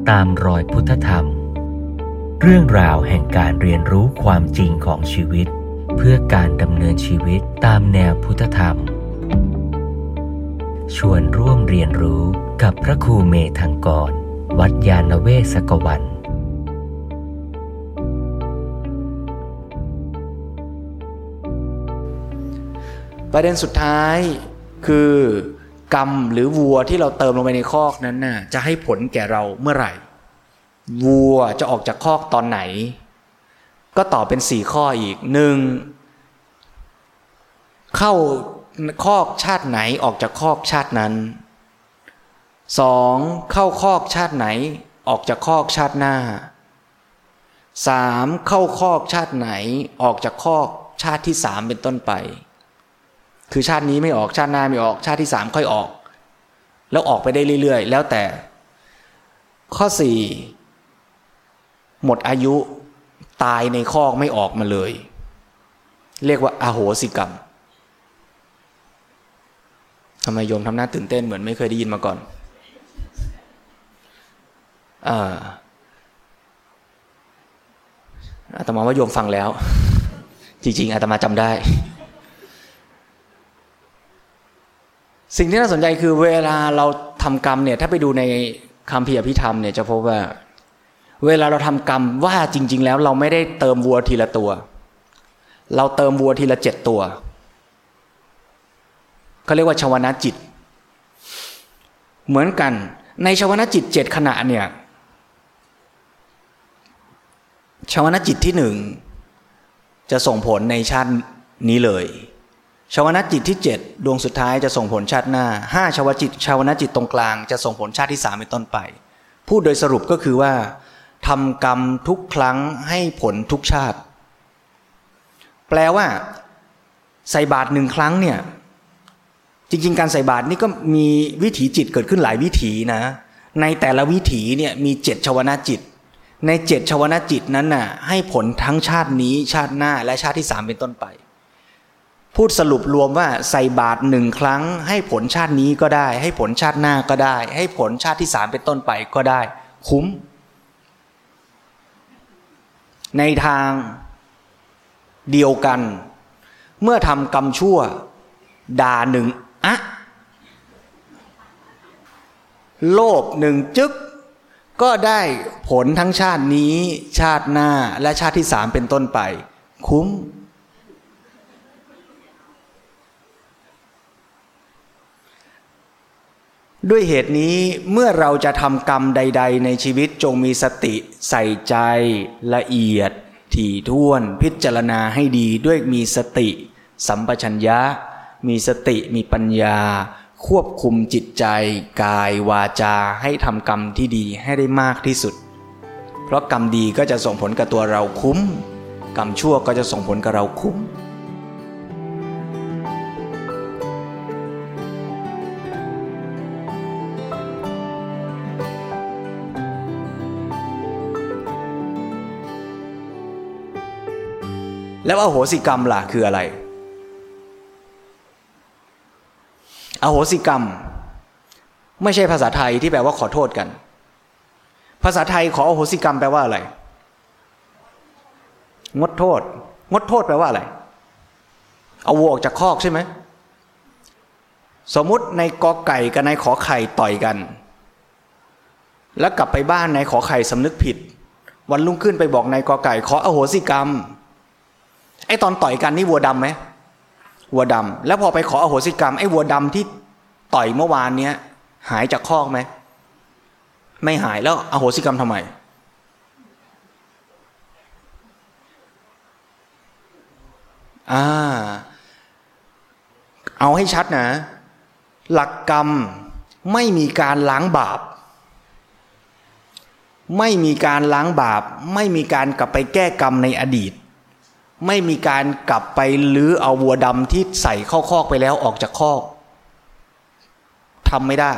ตามรอยพุทธธรรมเรื่องราวแห่งการเรียนรู้ความจริงของชีวิตเพื่อการดำเนินชีวิตตามแนวพุทธธรรมชวนร่วมเรียนรู้กับพระครูเมธังกรวัดยานเวศกวันประเด็นสุดท้ายคือกรรมหรือวัวที่เราเติมลงไปในคอกนั้นน่ะจะให้ผลแก่เราเมื่อไหร่วัวจะออกจากคอกตอนไหนก็ตอบเป็น4ข้ออีก1เข้าคอกชาติไหนออกจากคอกชาตินั้น2เข้าคอกชาติไหนออกจากคอกชาติหน้า3เข้าคอกชาติไหนออกจากคอกชาติที่3เป็นต้นไปคือชาตินี้ไม่ออกชาติหน้าไม่ออกชาติที่3ค่อยออกแล้วออกไปได้เรื่อยๆแล้วแต่ข้อ4หมดอายุตายในคอกไม่ออกมาเลยเรียกว่าอโหสิกรรมทำไมโยมทำหน้าตื่นเต้นเหมือนไม่เคยได้ยินมาก่อนอาตมาว่าโยมฟังแล้วจริงๆอาตมาจำได้สิ่งที่น่าสนใจคือเวลาเราทำกรรมเนี่ยถ้าไปดูในคัมภีร์อภิธรรมเนี่ยจะพบว่าเวลาเราทำกรรมว่าจริงๆแล้วเราไม่ได้เติมวัวทีละตัวเราเติมวัวทีละ7ตัวเขาเรียกว่าชวนะจิตเหมือนกันในชวนะจิต7ขณะเนี่ยชวนะจิตที่1จะส่งผลในชาตินี้เลยชวนะจิตที่7ดวงสุดท้ายจะส่งผลชาติหน้า5ชวนะจิตตรงกลางจะส่งผลชาติที่3เป็นต้นไปพูดโดยสรุปก็คือว่าทำกรรมทุกครั้งให้ผลทุกชาติแปลว่าใส่บาตร1ครั้งเนี่ยจริงๆการใส่บาตรนี่ก็มีวิถีจิตเกิดขึ้นหลายวิถีนะในแต่ละวิถีเนี่ยมี7ชวนะจิตใน7ชวนะจิตนั้นน่ะให้ผลทั้งชาตินี้ชาติหน้าและชาติที่3เป็นต้นไปพูดสรุปรวมว่าใส่บาตร1ครั้งให้ผลชาตินี้ก็ได้ให้ผลชาติหน้าก็ได้ให้ผลชาติที่3เป็นต้นไปก็ได้คุ้มในทางเดียวกันเมื่อทำกรรมชั่วด่า1อะโลภ1จึ๊กก็ได้ผลทั้งชาตินี้ชาติหน้าและชาติที่3เป็นต้นไปคุ้มด้วยเหตุนี้เมื่อเราจะทำกรรมใดๆในชีวิตจงมีสติใส่ใจละเอียดถี่ถ้วนพิจารณาให้ดีด้วยมีสติสัมปชัญญะมีสติมีปัญญาควบคุมจิตใจกายวาจาให้ทำกรรมที่ดีให้ได้มากที่สุดเพราะกรรมดีก็จะส่งผลกับตัวเราคุ้มกรรมชั่วก็จะส่งผลกับเราคุ้มแล้วอโหสิกรรมล่ะคืออะไรอโหสิกรรมไม่ใช่ภาษาไทยที่แปลว่าขอโทษกันภาษาไทยขออโหสิกรรมแปลว่าอะไรงดโทษงดโทษแปลว่าอะไรเอาวัวออกจากคอกใช่ไหมสมมุติในกอไก่กับในขอไข่ต่อยกันแล้วกลับไปบ้านในขอไข่สำนึกผิดวันรุ่งขึ้นไปบอกในกอไก่ขออโหสิกรรมไอ้ตอนต่อยกันนี่วัวดำไหมวัวดำแล้วพอไปขออโหสิกรรมไอ้วัวดำที่ต่อยเมื่อวานเนี้ยหายจากคอกไหมไม่หายแล้วอโหสิกรรมทำไมเอาให้ชัดนะหลักกรรมไม่มีการล้างบาปไม่มีการล้างบาปไม่มีการกลับไปแก้กรรมในอดีตไม่มีการกลับไปลื้อเอาวัวดำที่ใส่เข้าคอกไปแล้วออกจากคอกทำไม่ได้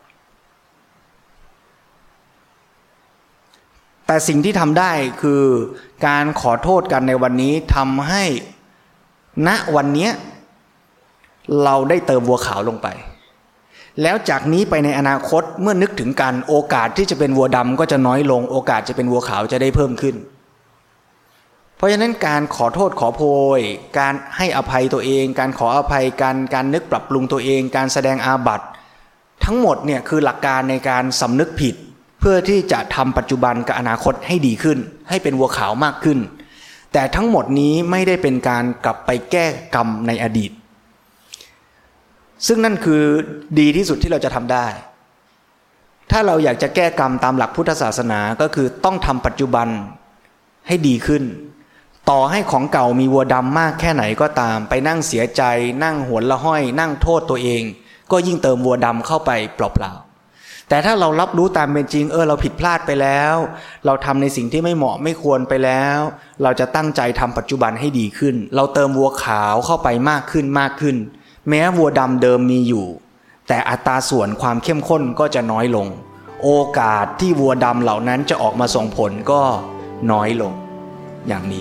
แต่สิ่งที่ทำได้คือการขอโทษกันในวันนี้ทำให้ณวันนี้เราได้เติมวัวขาวลงไปแล้วจากนี้ไปในอนาคตเมื่อนึกถึงกันโอกาสที่จะเป็นวัวดำก็จะน้อยลงโอกาสจะเป็นวัวขาวจะได้เพิ่มขึ้นเพราะฉะนั้นการขอโทษขอโพยการให้อภัยตัวเองการขออภัยการนึกปรับปรุงตัวเองการแสดงอาบัติทั้งหมดเนี่ยคือหลักการในการสำนึกผิดเพื่อที่จะทำปัจจุบันกับอนาคตให้ดีขึ้นให้เป็นวัวขาวมากขึ้นแต่ทั้งหมดนี้ไม่ได้เป็นการกลับไปแก้กรรมในอดีตซึ่งนั่นคือดีที่สุดที่เราจะทำได้ถ้าเราอยากจะแก้กรรมตามหลักพุทธศาสนาก็คือต้องทำปัจจุบันให้ดีขึ้นต่อให้ของเก่ามีวัวดำมากแค่ไหนก็ตามไปนั่งเสียใจนั่งหวนละห้อยนั่งโทษตัวเองก็ยิ่งเติมวัวดำเข้าไปเปล่าๆแต่ถ้าเรารับรู้ตามเป็นจริงเราผิดพลาดไปแล้วเราทำในสิ่งที่ไม่เหมาะไม่ควรไปแล้วเราจะตั้งใจทำปัจจุบันให้ดีขึ้นเราเติมวัวขาวเข้าไปมากขึ้นแม้วัวดำเดิมมีอยู่แต่อัตราส่วนความเข้มข้นก็จะน้อยลงโอกาสที่วัวดำเหล่านั้นจะออกมาส่งผลก็น้อยลงอย่างนี้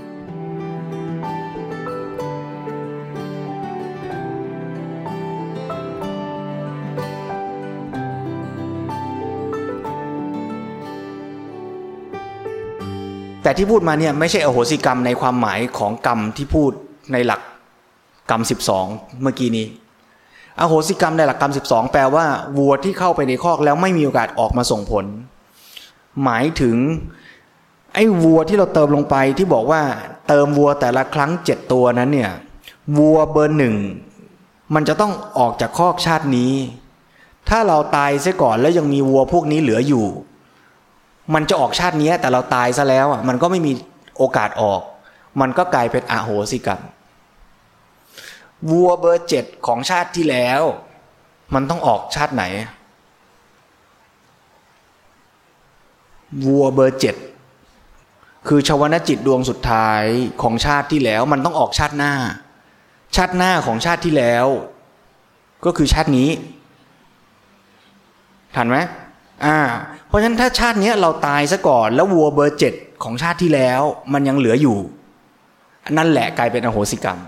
แต่ที่พูดมาเนี่ยไม่ใช่อโหสิกรรมในความหมายของกรรมที่พูดในหลักกรรม12เมื่อกี้นี้อโหสิกรรมในหลักกรรม12แปลว่าวัวที่เข้าไปในคอกแล้วไม่มีโอกาสออกมาส่งผลหมายถึงไอ้วัวที่เราเติมลงไปที่บอกว่าเติมวัวแต่ละครั้ง7ตัวนั้นเนี่ยวัวเบอร์1มันจะต้องออกจากคอกชาตินี้ถ้าเราตายซะก่อนแล้วยังมีวัวพวกนี้เหลืออยู่มันจะออกชาตินี้แต่เราตายซะแล้วมันก็ไม่มีโอกาสออกมันก็กลายเป็นอโหสิกรรมวัวเบอร์7ของชาติที่แล้วมันต้องออกชาติไหนวัวเบอร์7คือชวนจิตดวงสุดท้ายของชาติที่แล้วมันต้องออกชาติหน้าของชาติที่แล้วก็คือชาตินี้ทันไหมเพราะฉะนั้นถ้าชาตินี้เราตายซะก่อนแล้ววัวเบอร์7ของชาติที่แล้วมันยังเหลืออยู่นั่นแหละกลายเป็นอโหสิกรรม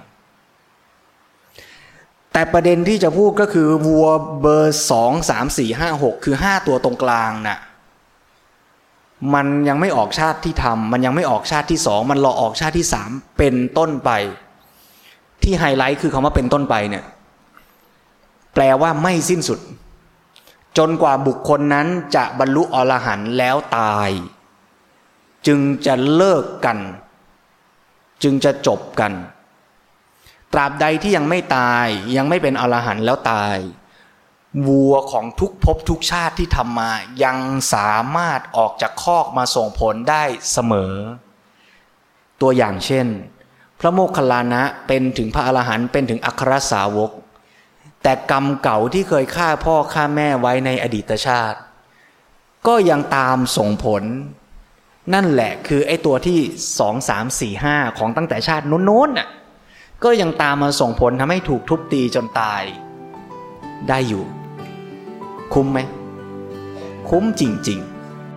แต่ประเด็นที่จะพูดก็คือวัวเบอร์2 3 4 5 6คือ5ตัวตรงกลางน่ะมันยังไม่ออกชาติที่ทำมันยังไม่ออกชาติที่2มันรอออกชาติที่3เป็นต้นไปที่ไฮไลท์คือคำว่าเป็นต้นไปเนี่ยแปลว่าไม่สิ้นสุดจนกว่าบุคคลนั้นจะบรรลุอรหันต์แล้วตายจึงจะเลิกกันจึงจะจบกันตราบใดที่ยังไม่ตายยังไม่เป็นอรหันต์แล้วตายวัวของทุกภพทุกชาติที่ทำมายังสามารถออกจากคอกมาส่งผลได้เสมอตัวอย่างเช่นพระโมคคัลลานะเป็นถึงพระอรหันต์เป็นถึงอัครสาวกแต่กรรมเก่าที่เคยฆ่าพ่อฆ่าแม่ไว้ในอดีตชาติก็ยังตามส่งผลนั่นแหละคือไอ้ตัวที่2 3 4 5ของตั้งแต่ชาติโน้นๆน่ะก็ยังตามมาส่งผลทำให้ถูกทุบตีจนตายได้อยู่คุ้มไหมคุ้มจริงๆ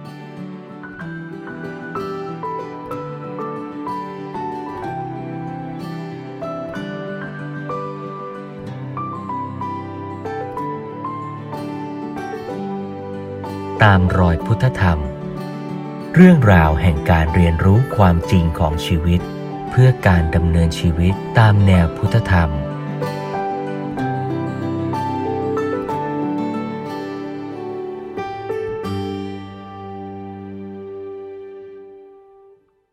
ตามรอยพุทธธรรมเรื่องราวแห่งการเรียนรู้ความจริงของชีวิตเพื่อการดำเนินชีวิตตามแนวพุทธธรรม